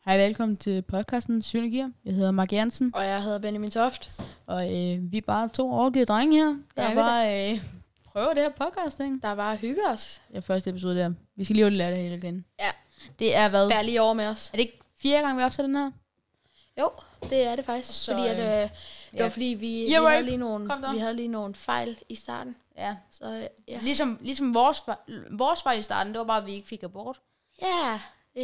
Hej, velkommen til podcasten Synergier. Jeg hedder Mark Jansen. Og jeg hedder Benjamin Toft. Og vi er bare 2 overgivet drenge her. Der bare prøver det her podcast, ikke? Der bare hygge os. Det er første episode der. Vi skal lige lære det hele igen. Ja. Det er hvad? Vær lige over med os. Er det ikke 4. gang, vi opsætter den her? Jo, det er det faktisk. Så, fordi at, det var fordi, vi havde lige nogle fejl i starten. Ja. Så, ja. Ligesom vores fejl i starten, det var bare, at vi ikke fik abort. Ja.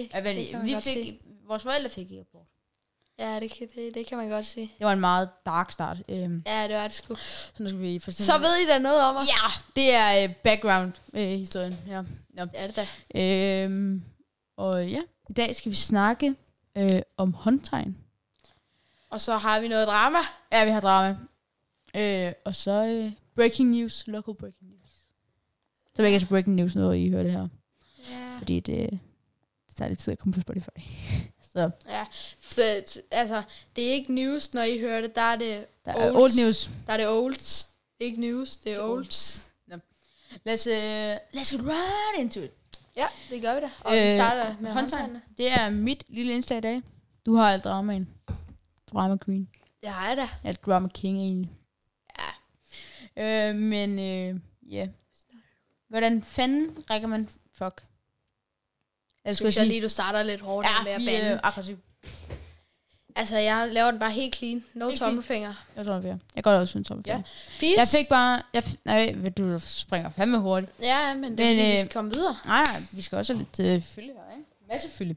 Vores forældre fik ikke abort. Ja, det kan man godt sige. Det var en meget dark start. Ja, det var det sgu. Så nu skal vi Så ved I da noget om os. Ja, det er background-historien. Ja, det er det da. Og ja, i dag skal vi snakke om håndtegn. Og så har vi noget drama. Ja, vi har drama. Og så breaking news, local breaking news. Så vil jeg ikke breaking news, når I hører det her. Ja. Fordi det tager lidt tid at komme på Spotify. Så. Ja, altså, det er ikke news, når I hører det. Der er old news. Der er det olds. Ikke news, det er olds. No. Let's get right into it. Ja, det gør vi da. Og vi starter med håndtegnene. Det er mit lille indslag i dag. Du har alt dramaen. Drama queen. Det har jeg da. Jeg er drama king egentlig. Ja. Ja. Hvordan fanden rækker man fuck? Jeg synes lige, du starter lidt hårdt med at bande. Aggressiv. Altså, jeg laver den bare helt clean. No tommelfinger. Jeg kan godt også synes tommelfinger. Ja. Peace. Jeg fik bare... Nej, du springer fandme hurtigt. Ja, men det er fordi, vi skal komme videre. Nej, vi skal også have lidt fylde her, ikke? Masse fylde.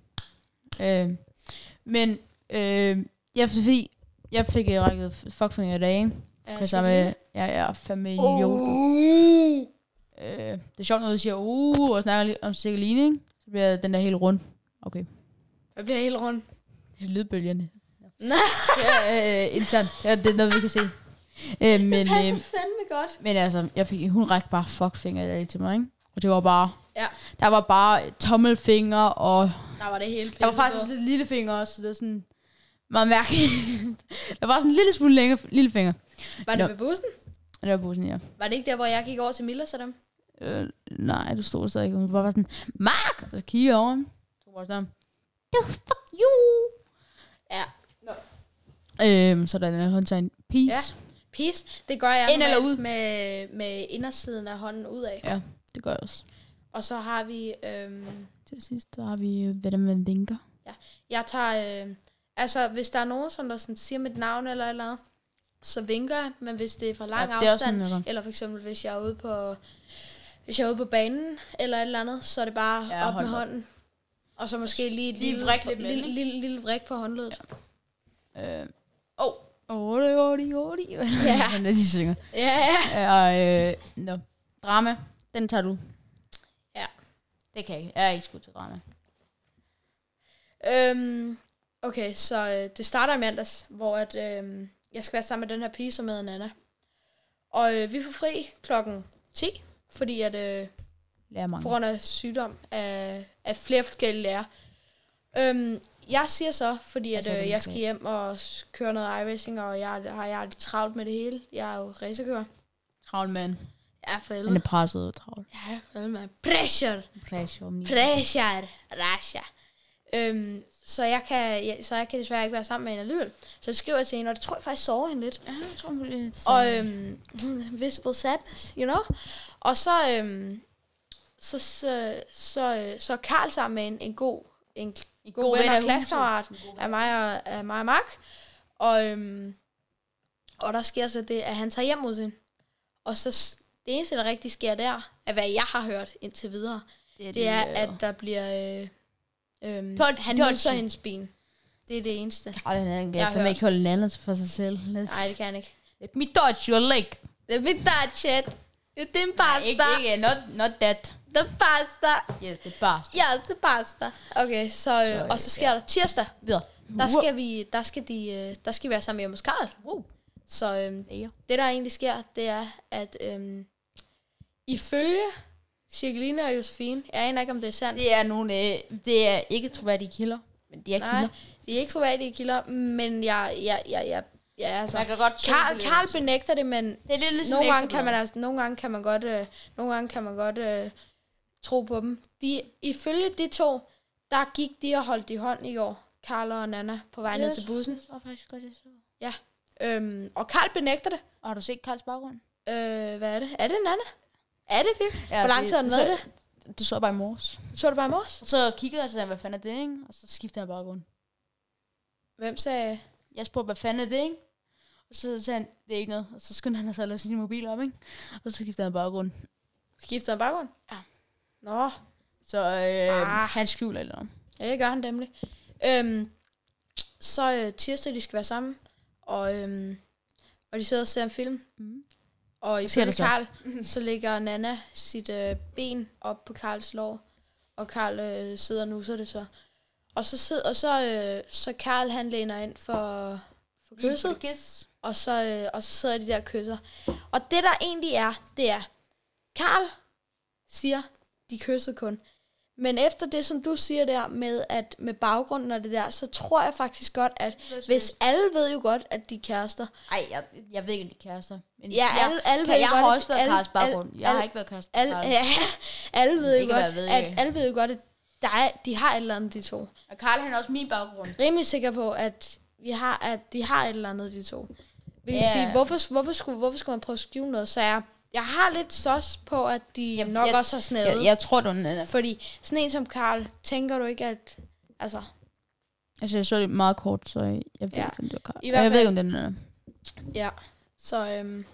Jeg fik rækket fuckfinger i dag, ikke? Ja, sammen med familie. Det er sjovt, når du siger, og snakker lidt om cirkeline, ikke? Så bliver den der helt rund. Okay. Hvad bliver helt rund? Det er lydbølgerne. Internt. Ja, det er noget, vi kan se. Det passer fandme godt. Men altså, hun rækte bare fuckfinger i dag til mig, ikke? Og det var bare... Ja. Der var bare tommelfinger, og... Der var det hele. Der var faktisk lidt lillefinger også, så det var sådan... Meget mærkeligt. Der var sådan en lille smule længere lillefinger. Var det ved bussen? Det var bussen, ja. Var det ikke der, hvor jeg gik over til Millas og dem? Nej, du stod stadig. Hun var bare sådan, Mark! Og så kiggede jeg over ham. Så var sådan, fuck you! Ja. No. Så der er den her håndtegn. Peace. Ja. Peace. Det gør jeg ind eller ud med indersiden af hånden udad. Ja, det gør jeg også. Og så har vi... Til sidst, så har vi, hvad man vinker. Ja. Jeg tager... altså, hvis der er nogen, som der sådan siger mit navn eller andet, så vinker jeg, men hvis det er for lang afstand, eller for eksempel hvis jeg er ude på banen, eller et eller andet, så er det bare op med hånden. Og så måske lige et lille vrik på håndledet. Ja. Odi. Ja. De synger. Ja. No. Drama, den tager du. Ja. Det kan jeg ikke. Jeg er ikke sgu til drama. Okay, så det starter i mandags, hvor at, jeg skal være sammen med den her pige, som hedder Nana. Og vi får fri klokken 10, fordi at på grund af sygdom af flere forskellige lærer. Jeg siger så, fordi at jeg skal hjem og køre noget iRacing, og jeg er lidt travlt med det hele. Jeg er jo racerkører. Travlt mand. Ja, for helvede. Han er presset og travlt. Ja, for helvede. Pressure. Så jeg kan desværre ikke være sammen med hende alligevel. Så jeg skriver til hende, og det tror jeg faktisk sover hende lidt. Ja, jeg tror hun lidt. Og visible sadness, you know. Og så Karl sammen med en god ven og klassekammerat af mig og Mark. Og der sker så det, at han tager hjem mod hende. Og så det eneste, der rigtig sker der, af hvad jeg har hørt indtil videre, det er, at der bliver... han nusser hendes ben. Det er det eneste. Han kan ikke holde en anden for sig selv. Nej, det kan han ikke. Let me touch your leg. Let me touch it. It's pasta. Ikke, not that. The pasta. Yes, the pasta. Yes, the pasta. Okay, så og så sker der tirsdag. Der skal vi være sammen med hos Karl. Så det, der egentlig sker, det er, at ifølge Cirkeline og Josefine, jeg aner ikke, om det er sandt. Det er ikke troværdige kilder, men de er kilder. Nej, de er ikke troværdige kilder, men altså. Man kan godt Karl benægter det, men det er lidt ligesom nogle gange kan man godt tro på dem. Ifølge de to, der gik de og holdt i hånd i går, Karl og Nana på vej ned til bussen. Det var faktisk godt, jeg så. Ja. Og Karl benægter det. Og har du set Karls baggrund? Hvad er det? Er det Nana? Er det vildt? Ja, hvor lang tid har den været det? Det så jeg bare i morges. Så du bare i morges? Og så kiggede jeg til, hvad fanden er det, ikke? Og så skiftede jeg baggrund. Hvem sagde? Jeg spurgte, hvad fanden er det, ikke? Og så sagde han, det er ikke noget. Og så skyndte han sig at låse sin mobil op, ikke? Og så skiftede han baggrund. Skifter han baggrund? Ja. Nå. Så han skjuler eller noget. Ja, det gør han nemlig. Så tirsdag, de skal være sammen. Og de sidder og ser en film. Mm. Og ifølge Karl, så lægger Nana sit ben op på Karls lår. Og Karl sidder nu, så er det så. Og så Karl, han læner ind for kysset. Og så sidder de der og kysser. Og det der egentlig er, det er, Karl siger, de kyssede kun. Men efter det, som du siger der med baggrunden og det der, så tror jeg faktisk godt, at hvis alle ved jo godt, at de er kærester. Ej, jeg ved ikke, om de er kærester. Men ja, alle ved jeg godt, har også været Karls baggrund. Jeg har ikke været kærester. Alle ved jo godt, at de har et eller andet, de to. Og Karl, han er også min baggrund. Rimelig sikker på, at de har et eller andet, de to. Vil sige, hvorfor skulle man prøve at skjule noget? Så jeg har lidt sås på, at de nok også har snævet. Jeg tror, du er. Fordi sådan en som Karl, tænker du ikke, at... Altså, jeg så det meget kort, så jeg ved ikke, om det var Karl. Jeg ved ikke, om den er. Ja, så...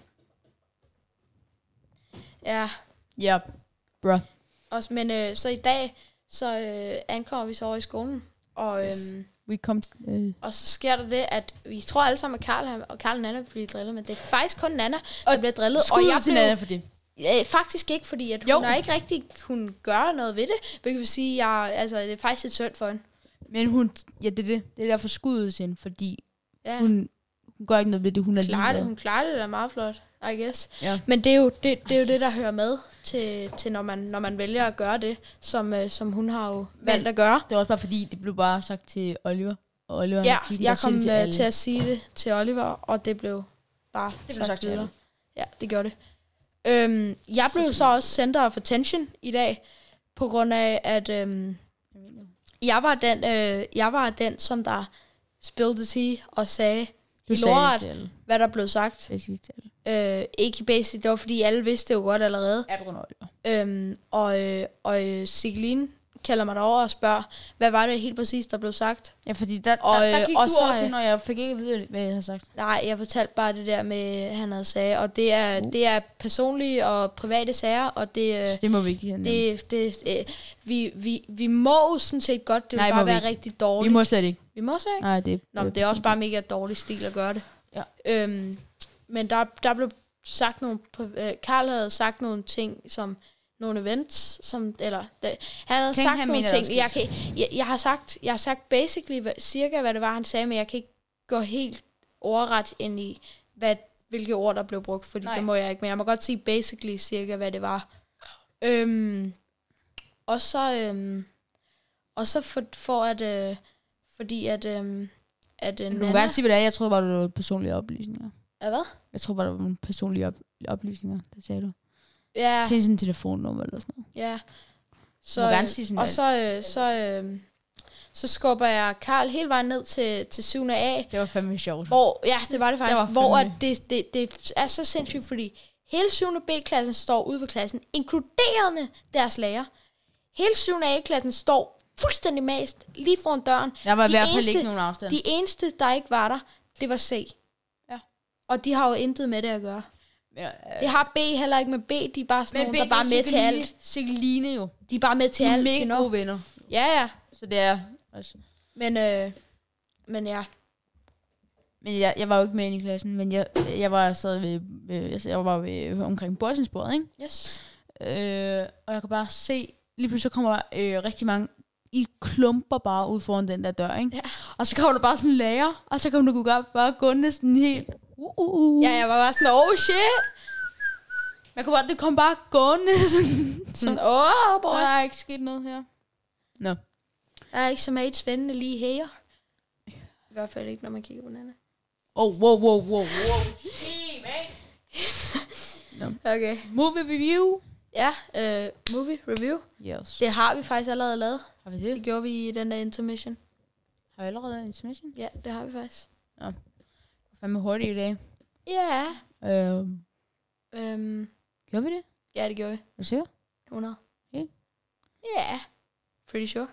ja. Ja, bro. Også, men så i dag, så ankommer vi så over i skolen, og... Og så sker der det, at vi tror alle sammen, at Karl og Nana bliver drillet, men det er faktisk kun Nana, der bliver drillet. Og jeg til Nana for det. Faktisk ikke, fordi at hun har ikke rigtig kunne gøre noget ved det. Hvilket vil sige, det er faktisk et synd for hende. Men det er derfor skuddet til hende, fordi hun gør ikke noget ved det, hun er ligeglad. Hun klarer det da meget flot, I guess. Ja. Men det er jo det, der hører med til når man vælger at gøre det, som hun har jo valgt at gøre. Det var også bare fordi, det blev bare sagt til Oliver. Og Oliver jeg kom til at sige det til Oliver, og det blev bare sagt videre. Ja, det gjorde det. Jeg blev så også center of attention i dag, på grund af, at jeg var den, som der spillede tea og sagde lort, hvad der blev sagt. Ikke basic, det var fordi alle vidste det jo godt allerede. Ja, på grund af Oliver. Og Sigeline kalder mig derover og spørger, hvad var det helt præcis, der blev sagt? Ja, fordi der gik du over til, når jeg fik ikke at vide, hvad jeg havde sagt. Nej, jeg fortalte bare det der med, han havde sagt, og det er personlige og private sager, og det må vi ikke. Vi må sådan set godt, det vil bare være rigtig dårligt. Vi må slet ikke. Vi må slet ikke? Nej, det er også bare mega dårlig stil at gøre det. Ja. Men der blev sagt nogle, Karl havde sagt nogle ting, som nogle events, han havde sagt nogle ting. Jeg har sagt basically cirka, hvad det var, han sagde, men jeg kan ikke gå helt ordret ind i, hvilke ord, der blev brugt, fordi det må jeg ikke, men jeg må godt sige basically cirka, hvad det var. Og så fordi at du må gerne sige, hvad det er. Jeg tror bare, det var personlige oplysninger. Hvad? Jeg tror bare, det var nogle personlige oplysninger, det sagde du. Ja. Til sin telefonnummer eller sådan noget. Ja. Så skubber jeg Karl hele vejen ned til 7. A. Det var fandme sjovt. Det var det faktisk. Det er så sindssygt, fordi hele 7. B-klassen står ude ved klassen, inkluderende deres lærer. Hele 7. A-klassen står fuldstændig mast lige foran døren. Der var i hvert fald ikke nogen afstand. De eneste, der ikke var der, det var C. Ja. Og de har jo intet med det at gøre. Det har B heller ikke med B. De er bare sådan nogle, der er bare med til alt. Sigeline jo. De er bare med til alt. De er mega gode venner. Ja. Så det er også. Men ja. Men jeg var jo ikke med i klassen, men jeg var så ved omkring bordsbordet, ikke? Yes. Og jeg kan bare se, lige pludselig kommer der rigtig mange i klumper bare ud foran den der dør, ikke? Ja. Og så kommer der bare sådan en lærer, og så kommer du bare gå næsten helt... Ja, jeg var bare sådan, oh shit. Det kom bare gående sådan, boy. Der er ikke sket noget her. Nå. Der er ikke så meget spændende lige her. I hvert fald ikke, når man kigger på Nana. Wow. No. Okay. Movie review. Ja, movie review. Yes. Det har vi faktisk allerede lavet. Har vi det? Det gjorde vi i den der intermission. Har vi allerede en intermission? Ja, det har vi faktisk. Ja. Det var fandme hurtigt i dag. Ja. Gjorde vi det? Ja, det gjorde vi. Er du sikker? 100. Ja. Ja. Pretty sure.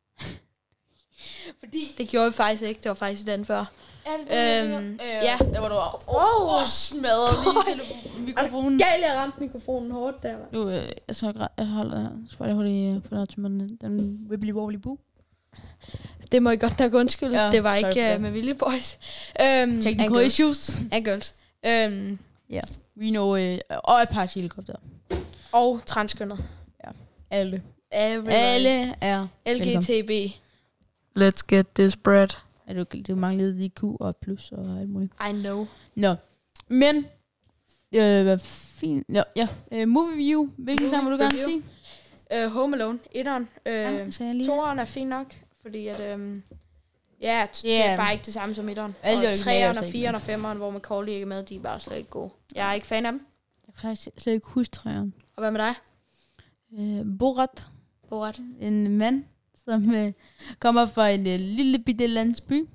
Fordi det gjorde vi faktisk ikke. Det var faktisk den før. Ja, det ja. Der var du smadret lige mikrofonen. Galt, jeg ramte mikrofonen hårdt der. Nu, jeg skal nok jeg holder her. Så bare hurtigt for noget, men den wibbly boo. Det må I godt nok undskylde. Ja, det var ikke med vilje, boys. Technical issues. And girls. Ja. We know, og Apache helikopter. Og transkønnet. Ja. Alle. Everybody. Alle er LGTB. Let's get this bread. Du manglede IQ og plus og alt muligt. I know. Nå. Men, hvad fint. Nå, ja. Movie review. Hvilken sang vil du gerne sige? Home Alone. 1'eren. 2'eren er fint nok. Fordi at... det er bare ikke det samme som 1'eren. Og 3'eren og 4'eren og 5'eren, hvor Macaulay ikke er med, de er bare slet ikke gode. Jeg er ikke fan af dem. Jeg kan faktisk slet ikke huske 3'eren. Og hvad med dig? Borat. En mand, som kommer fra en lille bitte landsby.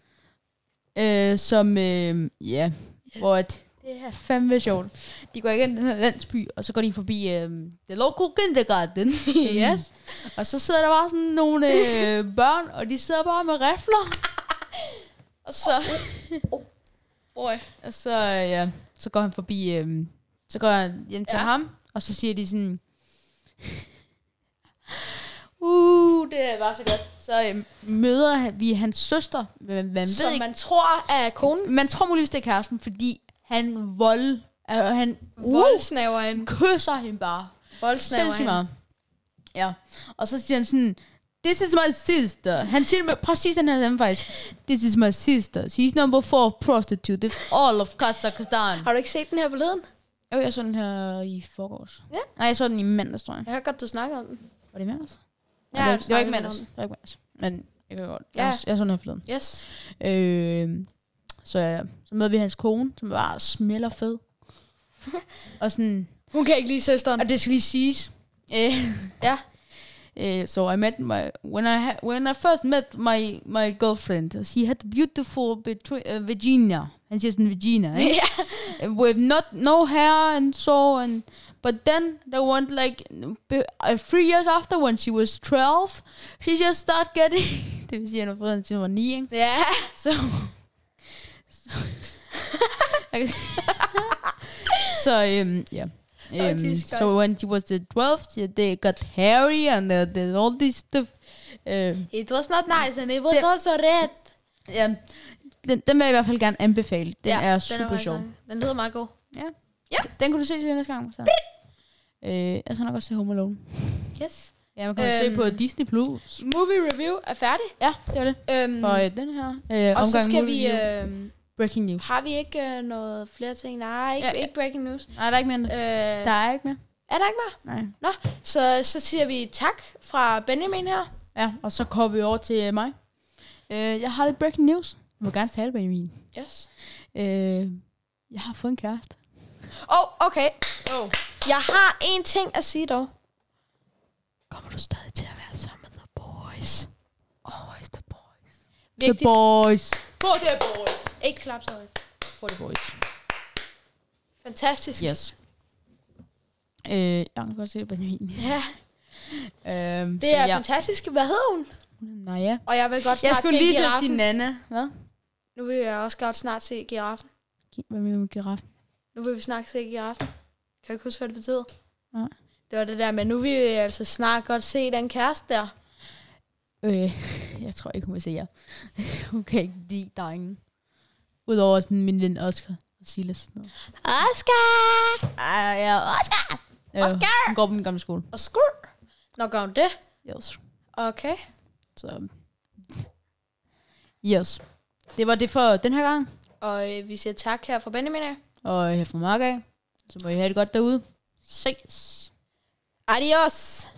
Hvor det er fandme sjovt. De går igennem den her landsby, og så går de forbi the local kindergarten. Yes. Og så sidder der bare sådan nogle børn, og de sidder bare med rifler. Og så... Og så går han forbi... så går han hjem til ham, og så siger de sådan... det er bare så godt. Så møder vi hans søster. Man tror er konen. Man tror muligvis det er kæresten, fordi han voldsnaver hende. Kysser hende bare. Voldsnaver hende. Ja. Og så siger han sådan, this is my sister. Han siger med præcis den her stemme faktisk. This is my sister. She's number 4 prostitute. It's all of Kazakhstan. Har du ikke set den her forleden? Jo, jeg så den her i forgårs. Ja. Nej, jeg så den i mandags, tror jeg. Jeg har godt, du snakker om den. Var det i mandags? Ja, det var ikke mandags. Men jeg kan godt. Ja. Jeg så den her forleden. Yes. Så møder vi hans kone, som bare smelter fed. Og sådan... Hun kan ikke lide søsteren. Og det skal lige siges. Ja. So I met when I first met my girlfriend, she had beautiful vagina. Han siger sådan vagina, ikke? Yeah. With no hair and so and... But then there went like 3 years after, when she was 12, she just started getting... det vil sige, at hun var 9, ikke? Ja. Yeah. So when she was 12, they got hairy and all this stuff. It was not nice, and it was also red. Ja, den vil jeg i hvert fald gerne anbefale. Den er super sjov. Den lyder meget god. Ja. Den kunne du se til næste gang. Så. Jeg skal nok også se Home Alone. Yes. Ja, man kan se på Disney+. Movie review er færdig. Ja, det var det. For den her og så skal vi... breaking news. Har vi ikke noget flere ting? Nej, ikke breaking news. Nej, der er ikke mere. Der er ikke mere. Er der ikke mere? Nej. Nå, så siger vi tak fra Benjamin her. Ja, og så kommer vi over til mig. Jeg har lidt breaking news. Jeg vil gerne tale, Benjamin. Yes. Jeg har fået en kæreste. Okay. Jeg har en ting at sige dog. Kommer du stadig til at være sammen med The Boys? Always The Boys. Vigtigt. The Boys. For The Boys. Ikke klap så højt. For The Boys. Fantastisk. Yes. Jeg kan godt se det, Benjamin. Ja. Det er fantastisk. Hvad hedder hun? Naja. Og jeg vil godt snart jeg skulle se lige til at giraffen. sige Nana. Hvad? Nu vil jeg også godt snart se giraffen. Hvad mener du med giraffen? Nu vil vi snart se giraffen. Kan du ikke huske, hvad det betød? Nej. Det var det der, men nu vil vi altså snart godt se den kæreste der. Jeg tror ikke, hun vil se jer. Hun kan ikke lide drengen. Udover sådan min ven Oscar og Silas. Oscar! Oscar! Hun går på min gamle skole. Oscar! Nå, gør hun det? Yes. Okay. Så. Yes. Det var det for den her gang. Og vi siger tak her fra Benjamin af. Og her fra Mark af. Så må I have det godt derude. Ses. Adios!